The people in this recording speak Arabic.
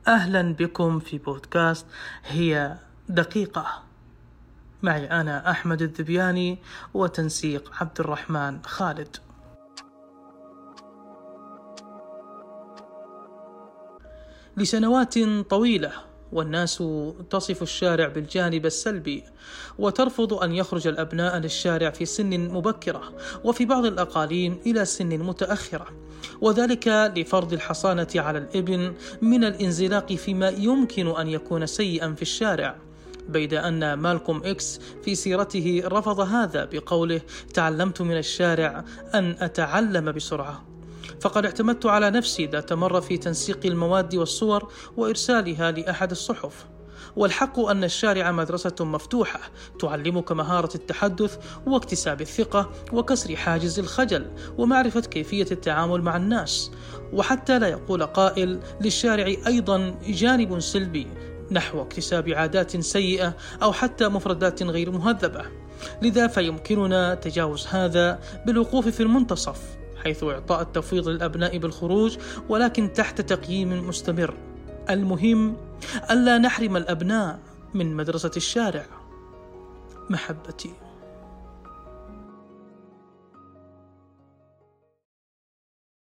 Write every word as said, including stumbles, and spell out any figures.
أهلا بكم في بودكاست هي دقيقة، معي أنا أحمد الذبياني وتنسيق عبد الرحمن خالد. لسنوات طويلة والناس تصف الشارع بالجانب السلبي وترفض أن يخرج الأبناء للشارع في سن مبكرة، وفي بعض الأقاليم إلى سن متأخرة، وذلك لفرض الحصانة على الابن من الانزلاق فيما يمكن أن يكون سيئا في الشارع، بيد أن مالكوم إكس في سيرته رفض هذا بقوله: تعلمت من الشارع أن أتعلم بسرعة، فقد اعتمدت على نفسي ذات مرة في تنسيق المواد والصور وإرسالها لأحد الصحف. والحق أن الشارع مدرسة مفتوحة تعلمك مهارة التحدث واكتساب الثقة وكسر حاجز الخجل ومعرفة كيفية التعامل مع الناس، وحتى لا يقول قائل للشارع أيضا جانب سلبي نحو اكتساب عادات سيئة أو حتى مفردات غير مهذبة. لذا فيمكننا تجاوز هذا بالوقوف في المنتصف، حيث إعطاء التفويض للأبناء بالخروج ولكن تحت تقييم مستمر. المهم ألا نحرم الأبناء من مدرسة الشارع. محبتي.